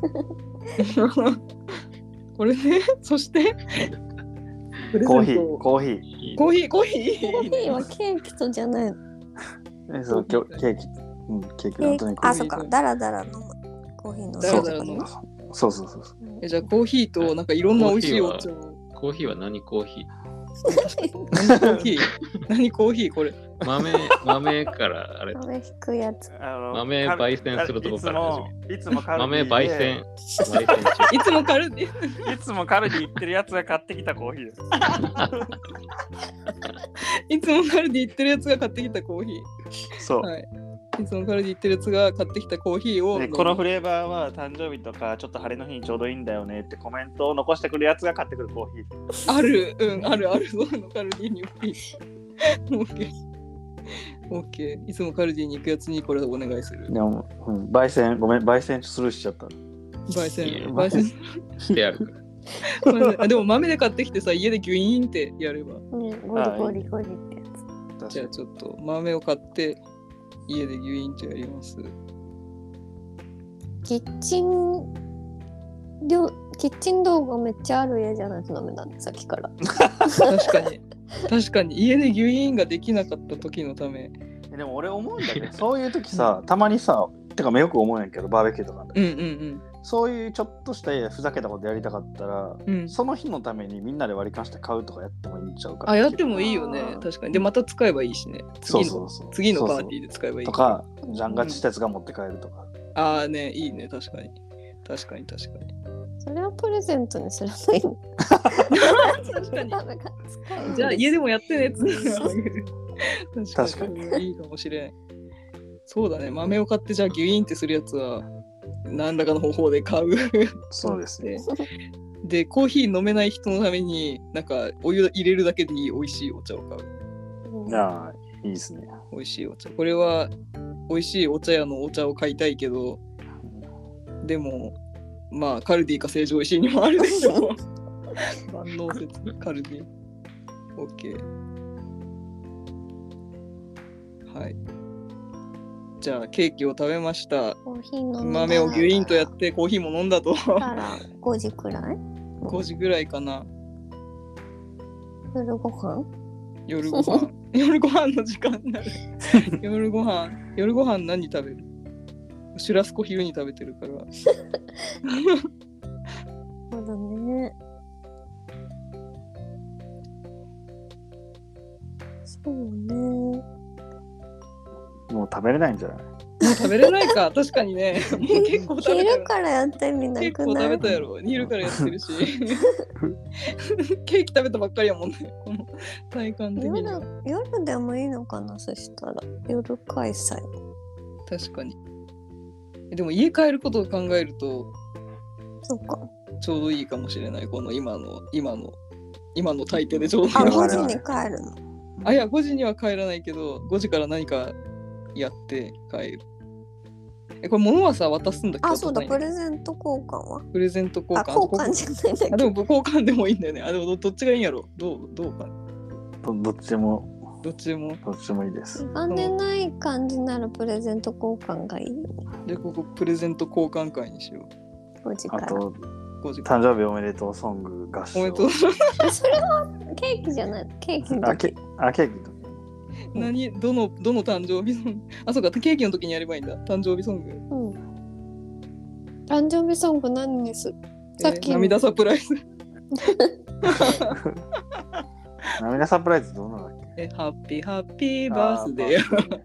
これね、そしてコーヒー、コーヒー。 コーヒー、コーヒー。 コーヒーはケーキとじゃないの。 え、そう、ケーキ。うん、ケーキなんとなく。 あ、そっか、だらだら飲む。コーヒーのだらだら飲む。 そうそうそう。 え、じゃあコーヒーとなんかいろんな美味しいお茶を。 コーヒーは何コーヒー？ 何コーヒー？何コーヒーこれ？ 豆、豆からあれ。 豆引くやつ。 豆焙煎するとこから始める。 いつもカルディ豆焙煎。 いつもカルディ。 いつもカルディ行ってるやつが買ってきたコーヒーです。 いつもカルディ行ってるやつが買ってきたコーヒー。 そう。 はい。いつもカルディ行ってるやつが買ってきたコーヒーを。 このフレーバーは誕生日とかちょっと晴れの日にちょうどいいんだよねってコメントを残してくるやつが買ってくるコーヒー。ある、うん、あるある。そういうのカルディに売っていい。オッケー。オッケー。いつもカルディに行くやつにこれをお願いする。 でも、うん、焙煎、ごめん、焙煎スルーしちゃった。 焙煎、焙煎してあるから。 でも豆で買ってきてさ、家でギュイーンってやれば。 ね、ゴリゴリゴリってやつ。じゃあちょっと豆を買って家でギュイーンってやります。 キッチン料キッチン動画めっちゃある家じゃないとダメだね、さっきから。 確かに。確かに家でギュイーンができなかった時のため。 でも俺思うんだけど、そういう時さ、たまにさ、てかよく思うんやけど、バーベキューとかで、 うんうんうん、 そういうちょっとしたふざけたことやりたかったら、うん、その日のためにみんなで割り勘して買うとかやってもいいんちゃうか。 あ、やってもいいよね、確かに。でまた使えばいいしね。次の、そうそうそう、次のパーティーで使えばいい。 とか、ジャンガチしたやつが持って帰るとか。 うん、ああね、いいね、確かに。確かに確かに。 それはプレゼントにすればいいの。 確かに。じゃあ家でもやってねっつって確かにいいかもしれん。そうだね、豆を買ってじゃあギュイーンってするやつは何らかの方法で買う。 そうですね。 でコーヒー飲めない人のためになんかお湯入れるだけでいい美味しいお茶を買う。 ああ、いいですね。 美味しいお茶。これは美味しいお茶屋のお茶を買いたいけど、でもまあカルディか成城石井にもあるでしょ。万能説カルディ。オッケー。はい。じゃあケーキを食べました。 コーヒー飲んだ豆をギュイーンとやってコーヒーも飲んだと。 からごじくらい？ ごじぐらいかな。 夜ご飯？ 夜ご飯。夜ご飯の時間になる。夜ご飯。夜ご飯何食べる？シュラスコ昼に食べてるから。 そうだね。そうね。 もう食べれないんじゃない？ もう食べれないか、確かにね。もう結構食べたよ。 昼からやってみなくない？ 結構食べたやろ。昼からやってるし。ケーキ食べたばっかりやもんね。この体感的には。 夜、夜でもいいのかな、そしたら。夜開催。 確かに。でも家帰ることを考えると、 そうか。 ちょうどいいかもしれない。この今の今の今の大抵でちょうどいい。 あ、ごじに帰るの？ あ、いやごじには帰らないけど、ごじから何かやって帰る。え、これ物はさ渡すんだっけ？ あ、そうだ、プレゼント交換は？ プレゼント交換。 あ、交換じゃないんだけど。 あ、でも交換でもいいんだよね。あ、でも ど, どっちがいいんやろ？どうどうか。 ど, どっちでも。 どっちでも。 どっちでもいいです。 歪んでない感じならプレゼント交換がいい。 で、ここプレゼント交換会にしよう。ごじから。 あと、誕生日おめでとうソング合唱。 おめでとう。 それはケーキじゃない。ケーキの時。 あ、ケ, あケーキの時。 何どのどの誕生日ソング？あ、そうか、ケーキの時にやればいいんだ。誕生日ソング。 うん。誕生日ソング何にする？さっき、 えー、涙サプライズ。 涙サプライズどうなんだっけ？ え、ハッピーハッピーバースデー。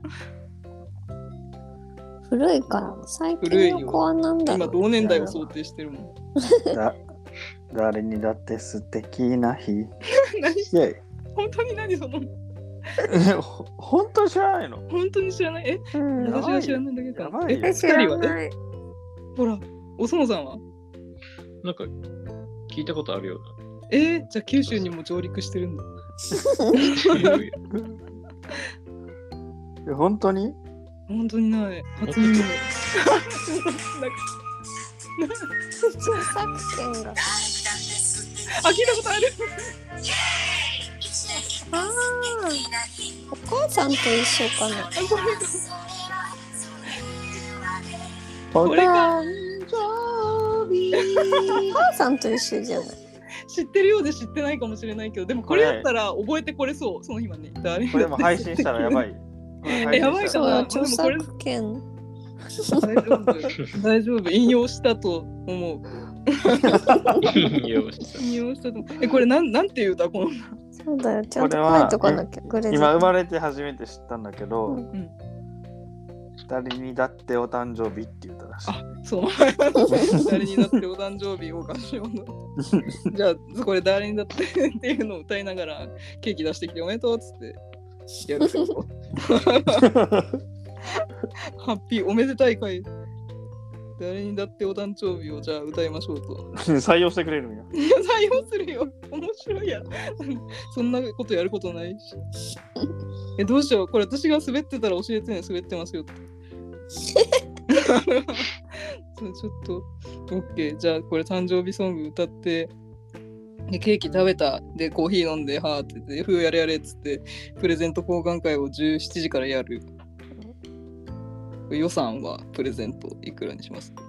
古いから。最近の子はなんだろう。 今同年代を想定してるもん。 だ誰にだって素敵な日。 何？ イェイ。 本当に何その？ 本当に知らないの？ 本当に知らない？え、うん、私は知らないんだけど。 やばいよ。 え、ふたりはね。ほら、おそのさんは？ なんか聞いたことあるような。 えー、じゃあ九州にも上陸してるんだ。 え、本当に？ 本当にない。初耳。 著作権が。 あ、聞いたことある。 ああ、お母さんと一緒かな。 これか。 母さんと一緒じゃない。 知ってるようで知ってないかもしれないけど、でもこれやったら覚えてこれそう、その日はね。誰これも配信したらやばい。 えやばいかな。 著作権。 大丈夫。大丈夫。引用したと思う。 引用した。 引用したと。え、これなんなんていう歌この。 そうだよ。ちゃんと書いとかなきゃ。 今生まれて初めて知ったんだけど、 うん、 誰にだってお誕生日って言ったらしい。 あ、そう。誰にだってお誕生日を合唱の。じゃあこれ誰にだってっていうのを歌いながらケーキ出してきておめでとうっつってやるってこと。ハッピーおめでたい会。誰にだってお誕生日をじゃあ歌いましょうと。 採用してくれるんや。 いや採用するよ。面白いや。そんなことやることないし。えどうしよう。これ私が滑ってたら教えてね。滑ってますよって。ちょっと OK。 じゃあこれ誕生日ソング歌ってでケーキ食べたでコーヒー飲んではーって言ってふうやれやれっつってプレゼント交換会をじゅうしちじからやる。予算はプレゼントいくらにしますか？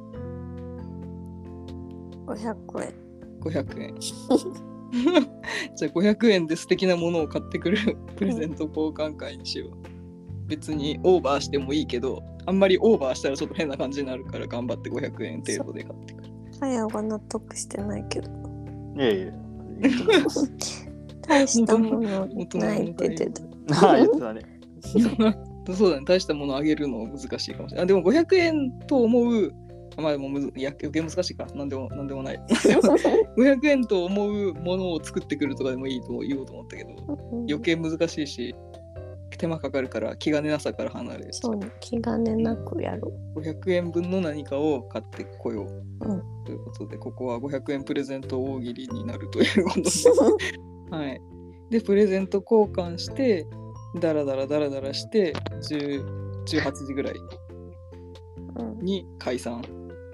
ごひゃくえん。 ごひゃくえん。じゃあごひゃくえんで素敵なものを買ってくるプレゼント交換会にしよう。別にオーバーしてもいいけど、あんまりオーバーしたらちょっと変な感じになるから頑張ってごひゃくえん程度で買ってくる。 さやが納得してないけど。 いやいや。 大したものないって言ってた。 ああ、言ってたね。 そうだね、大したものあげるの難しいかもしれない。あでもごひゃくえんと思う、まあでもむずいや余計難しいか、なんでもなんでもない。ごひゃくえんと思うものを作ってくるとかでもいいと言おうと思ったけど、余計難しいし、手間かかるから気兼ねなさから離れる。 そうね、気兼ねなくやろう。 ごひゃくえんぶんの何かを買ってこよう。 うん、 ということで、ここはごひゃくえんプレゼント大喜利になるということで。はい。で、プレゼント交換して、ダラダラダラダラしてじゅう、じゅうはちじぐらいに解散。 うん、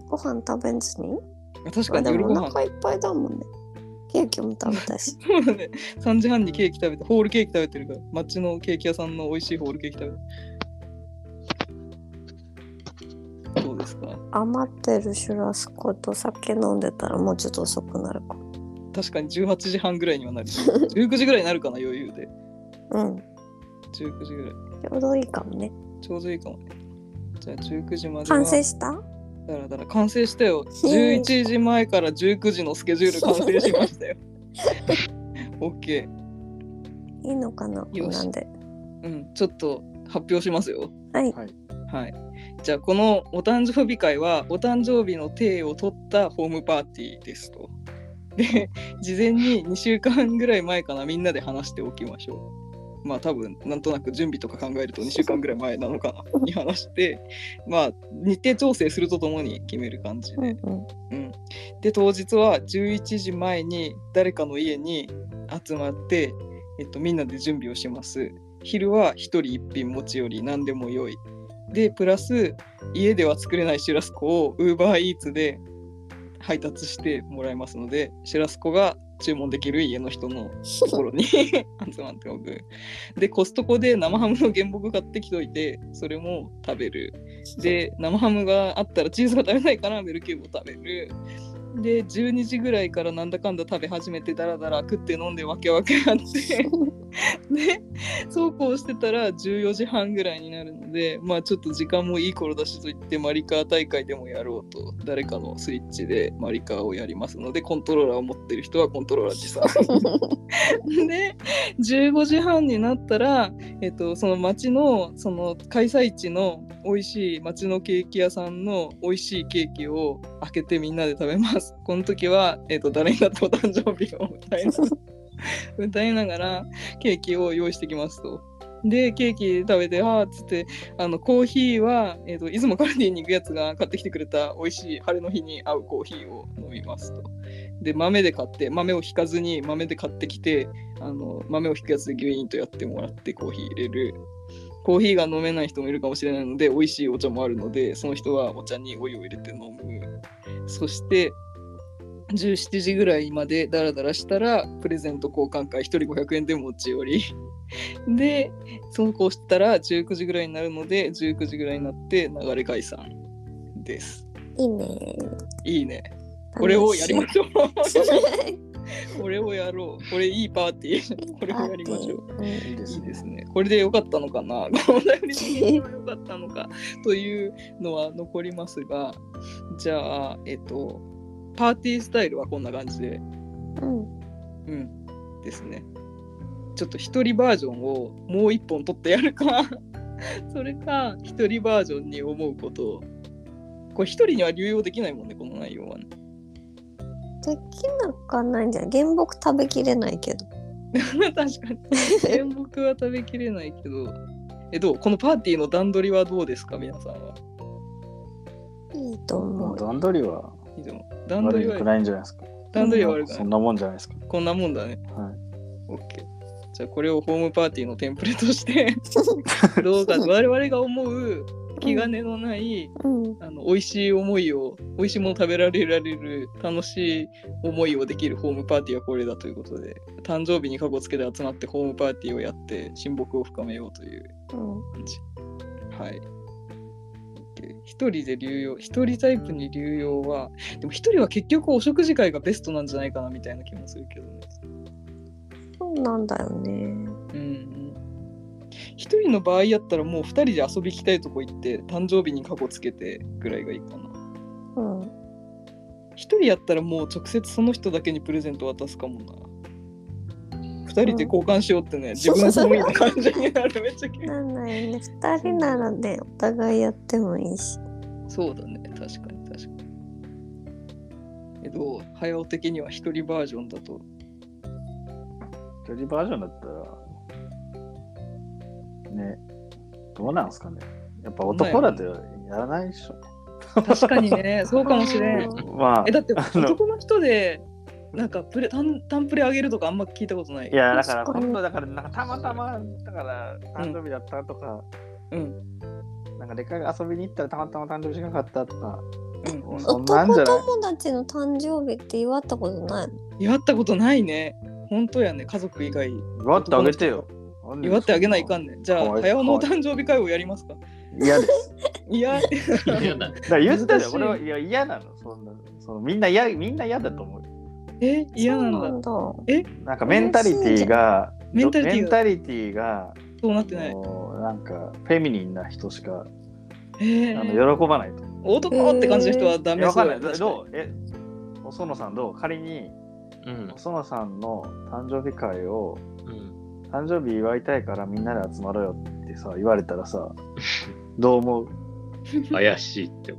ご飯食べずに？ 確かに夜ご飯。 お腹いっぱいだもんね。ケーキも食べたし。 そうだね。さんじはんにケーキ食べて、ホールケーキ食べてるから、街のケーキ屋さんの美味しいホールケーキ食べて。どうですか？ 余ってるシュラスコと酒飲んでたらもうちょっと遅くなるか。 確かにじゅうはちじはんぐらいにはなる。じゅうくじぐらいになるかな、余裕で。 うん。 じゅうくじぐらい。 ちょうどいいかもね。 ちょうどいいかもね。じゃあじゅうくじまでは。 完成した？ だらだら完成したよ。じゅういちじまえからじゅうくじのスケジュール完成しましたよ。OK。 いいのかな？なんで。 うん、ちょっと発表しますよ。 はい。 はい。じゃあこのお誕生日会はお誕生日の体を取ったホームパーティーですと。で、事前ににしゅうかんぐらい前かな、みんなで話しておきましょう。まあ多分なんとなく準備とか考えるとにしゅうかんぐらい前なのかなに話して、まあ日程調整するとともに決める感じで、 うんうんうん、で当日はじゅういちじまえに誰かの家に集まって、えっと、みんなで準備をします。昼はひとりいっぴん持ち寄り何でも良いで、プラス家では作れないシュラスコを Uber Eats で配達してもらいますので、シュラスコが注文できる家の人のところに集まっておく。で、コストコで生ハムの原木買ってきといて、それも食べる。で、生ハムがあったらチーズが食べないからメルキューブを食べる。で、じゅうにじぐらいからなんだかんだ食べ始めて、ダラダラ食って飲んでわけわけあってで、そうこうしてたらじゅうよじはんぐらいになるので、まあちょっと時間もいい頃だしといってマリカー大会でもやろうと、誰かのスイッチでマリカーをやりますので、コントローラーを持ってる人はコントローラー持参で、じゅうごじはんになったら、えっと、その町のその開催地の美味しい町のケーキ屋さんの美味しいケーキを開けてみんなで食べます。この時は、えっと、誰にだってお誕生日を歌いながら歌いながらケーキを用意してきますと。で、ケーキ食べて、はーっつって、あのコーヒーは、えーと、出雲カルディに行くやつが買ってきてくれた美味しい晴れの日に合うコーヒーを飲みますと。で、豆で買って、豆をひかずに豆で買ってきて、あの豆をひくやつでギュイーンとやってもらってコーヒー入れる。コーヒーが飲めない人もいるかもしれないので、美味しいお茶もあるので、その人はお茶にお湯を入れて飲む。そしてじゅうしちじぐらいまでダラダラしたらプレゼント交換会ひとりごひゃくえんで持ち寄りでそうこうしたらじゅうくじぐらいになるのでじゅうくじぐらいになって流れ解散です。 いいね。 いいね。これをやりましょう。これをやろう。これいいパーティー。これをやりましょう。 うん、 いいでいいすね。 ですね。これで良かったのかな。このお便り的には良かったのかというのは残りますが、じゃあえっとパーティースタイルはこんな感じで、 うんうんですね。ちょっと一人バージョンをもう一本取ってやるか、それか一人バージョンに思うことを。これ一人には流用できないもんね、この内容はね。 できなくはないんじゃない。原木食べきれないけど。 確かに原木は食べきれないけど、えどうこのパーティーの段取りはどうですか皆さんは。 いいと思う。 段取りはいいと思う。段取りは悪くないんじゃないですか。 段取りは悪くない。 そんなもんじゃないですか。 こんなもんだね。 はい。 オッケー。じゃあこれをホームパーティーのテンプレとしてどうか我々が思う気兼ねのない、 うん、 あの美味しい思いを美味しいもの食べられられる楽しい思いをできるホームパーティーはこれだということで、誕生日に過去つけて集まってホームパーティーをやって親睦を深めようという感じ、うん、はい。一人で流用、一人タイプに流用はでも一人は結局お食事会がベストなんじゃないかなみたいな気もするけどね。 そうなんだよね。 うん。一人の場合やったらもう二人で遊び行きたいとこ行って誕生日に過去つけてぐらいがいいかな。 うん。 一人やったらもう直接その人だけにプレゼント渡すかもな。二人で交換しようってね、うん、自分もいい感じになる。めっちゃ嫌い。 なんだよね。二人ならね、お互いやってもいいし。 そうだね、確かに確かに。えどう早尾的には一人バージョンだと。 一人バージョンだったらね、どうなんですかね。やっぱ男だとやらないでしょ。 確かにね、そうかもしれん。まあ、えだって男の人でなんかプレタンタンプレあげるとかあんま聞いたことない。 いやだから本当だからなんかたまたまだから誕生日だったとか、うん、なんかでかい遊びに行ったらたまたま誕生日しなかったとか。 うん、そんなんじゃない？男友達の誕生日って祝ったことないの？ 祝ったことないね。本当やね、家族以外。 祝ってあげてよ。 祝ってあげないかんね。じゃあ早尾のお誕生日会をやりますか？ 嫌です。 嫌だ。 だから言ったよ。俺はいや嫌なの。そんなそのみんな嫌みんな嫌だと思う。 え嫌なんだ。 えなんかメンタリティがメンタリティがメンタリティがそうなってない。 なんかフェミニンな人しか、 えー、 あの喜ばないと。 男って感じの人はダメそう。 わかんない。どうえおそのさんどう仮に、うん、おそのさんの誕生日会を、うん、誕生日祝いたいからみんなで集まろうよってさ言われたらさどう思う？ 怪しいって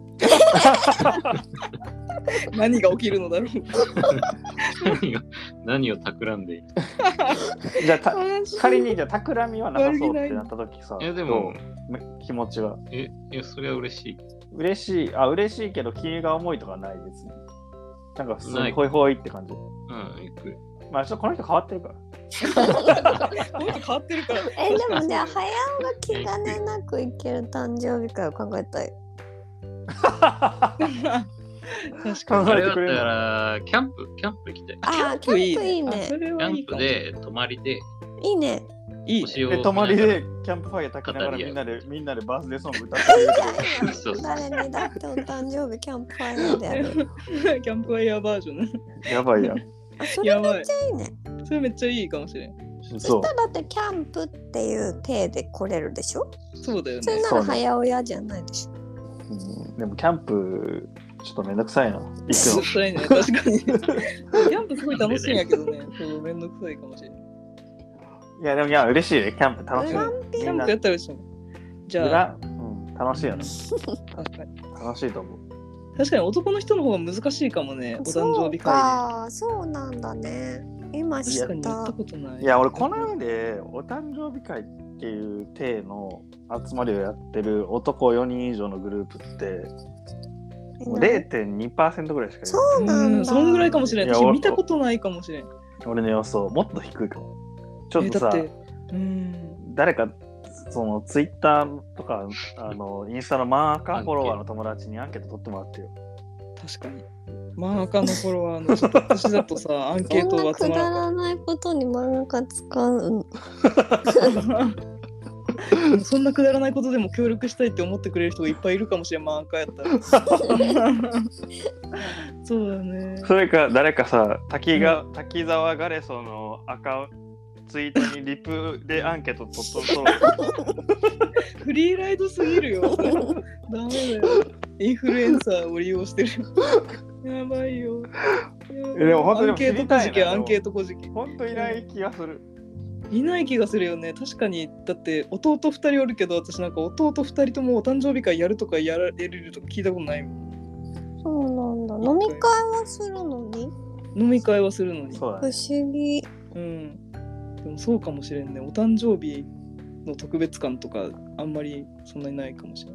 何が起きるのだろう何が何を企んでいるじゃあた仮にじゃあ企みはなさそうってなった時さえでも気持ちはえいやそれは嬉しい嬉しいあ嬉しいけど気が重いとかない別になんか普通にホイホイって感じうん行くまあちょっとこの人変わってるからこの人変わってるからえでもね早尾が気兼ねなくいける誕生日会を考えたい確かにあれだったらキャンプキャンプ行きたいあキャンプいいねキャンプで泊まりでいいねいいで泊まりでキャンプファイヤー焚きながらみんなでみんなでバースデーソング歌ってるそうそう誰にだってお誕生日キャンプファイヤーでやるキャンプファイヤーバージョンやばいやそれめっちゃいいねそれめっちゃいいかもしれんそしたらだってキャンプっていう体で来れるでしょそうだよねそれなら早親じゃないでしょ、 うん、でもキャンプちょっとめんどくさいな行くのめんどくさいね確かにキャンプすごい楽しいんやけどねそうめんどくさいかもしれんいやでもいや嬉しいねキャンプ楽しいキャンプやったら嬉しいじゃあ、 うん、楽しいよね確かに楽しいと思う確かに男の人の方が難しいかもねお誕生日会でそうかそうなんだね今知った。いや、 ことない。 いや俺この世でお誕生日会っていう体の集まりをやってる男よにん以上のグループってもう れいてんにパーセント ぐらいしかいない。 そうなんだ。 そんぐらいかもしれん。私見たことないかもしれん。 俺の予想もっと低いかも。ちょっとさ、 うん、誰かそのツイッターとかあのインスタのマーカーフォロワーの友達にアンケート取ってもらってよ。 確かに。漫画家のフォロワーのちょっと私だとさ、アンケートを集そんなくだまららないことに漫画家使うそんなくだらないことでも協力したいって思ってくれる人がいっぱいいるかもしれん、漫画家やったら。そうだね。 それか誰かさ、滝が、うん、滝沢ガレソの赤ツイートにリプでアンケート取っとるとフリーライドすぎるよ。ダメだよ。インフルエンサーを利用してる。やばいよ。 でも本当にアンケート小じき、アンケート小じき。 本当いない気がする。 いない気がするよね。確かに。だって弟ふたりおるけど、私なんか弟ふたりともお誕生日会やるとかやられるとか聞いたことないもん。 そうなんだ。飲み会はするのに飲み会はするのに。 そうだね、不思議。 うん。でもそうかもしれんね。お誕生日の特別感とかあんまりそんなにないかもしれない。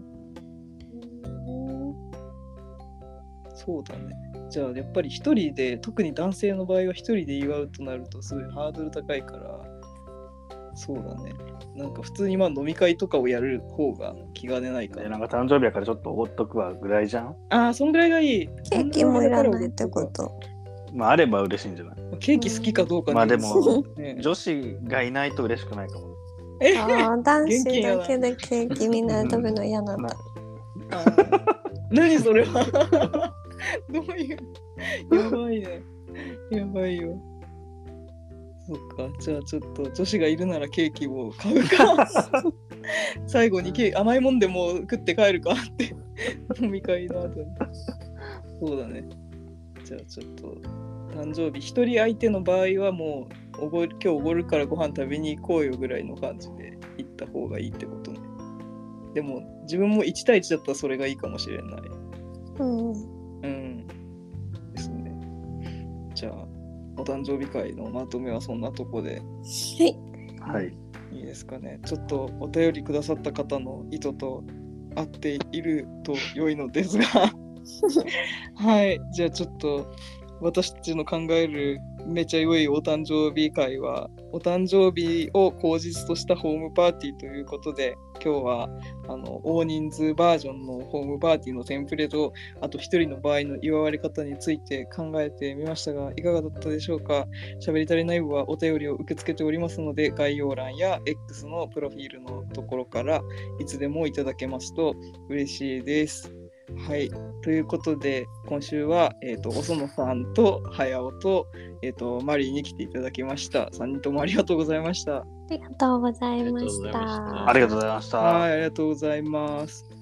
そうだね。じゃあやっぱり一人で、特に男性の場合は一人で祝うとなるとすごいハードル高いから、そうだね。なんか普通にまあ飲み会とかをやる方が気が出ないから。 なんか誕生日やからちょっとおごっとくわぐらいじゃん。 ああ、そんぐらいがいい。 ケーキもいらないってこと。 まああれば嬉しいんじゃない。 ケーキ好きかどうかに。 まあでも、ね、女子がいないと嬉しくないかも。 えああ、男子だけでケーキみんなで食べるの嫌なんだ。 何それは。どういう。やばいね。やばいよ。そっか、じゃあちょっと女子がいるならケーキを買うか最後にケーキ甘いもんでも食って帰るかって飲み会の後に。そうだね。じゃあちょっと誕生日一人相手の場合はもうおご今日おごるからご飯食べに行こうよぐらいの感じで行った方がいいってことね。でも自分もいち対いちだったらそれがいいかもしれない。 うんうんですね。じゃあお誕生日会のまとめはそんなとこで、 はい、 はい、 いいですかね。ちょっとお便りくださった方の意図と合っていると良いのですがはい、じゃあちょっと私たちの考えるめちゃ良いお誕生日会はお誕生日を口実としたホームパーティーということで、今日はあの大人数バージョンのホームパーティーのテンプレと、あと一人の場合の祝われ方について考えてみましたが、いかがだったでしょうか。しゃべり足りない部はお便りを受け付けておりますので、概要欄や X のプロフィールのところからいつでもいただけますと嬉しいです。はい、ということで今週は、えーと、おそのさんとはやおと、えーと、マリーに来ていただきました。さんにんともありがとうございました。 ありがとうございました。 ありがとうございました。 はい、ありがとうございます。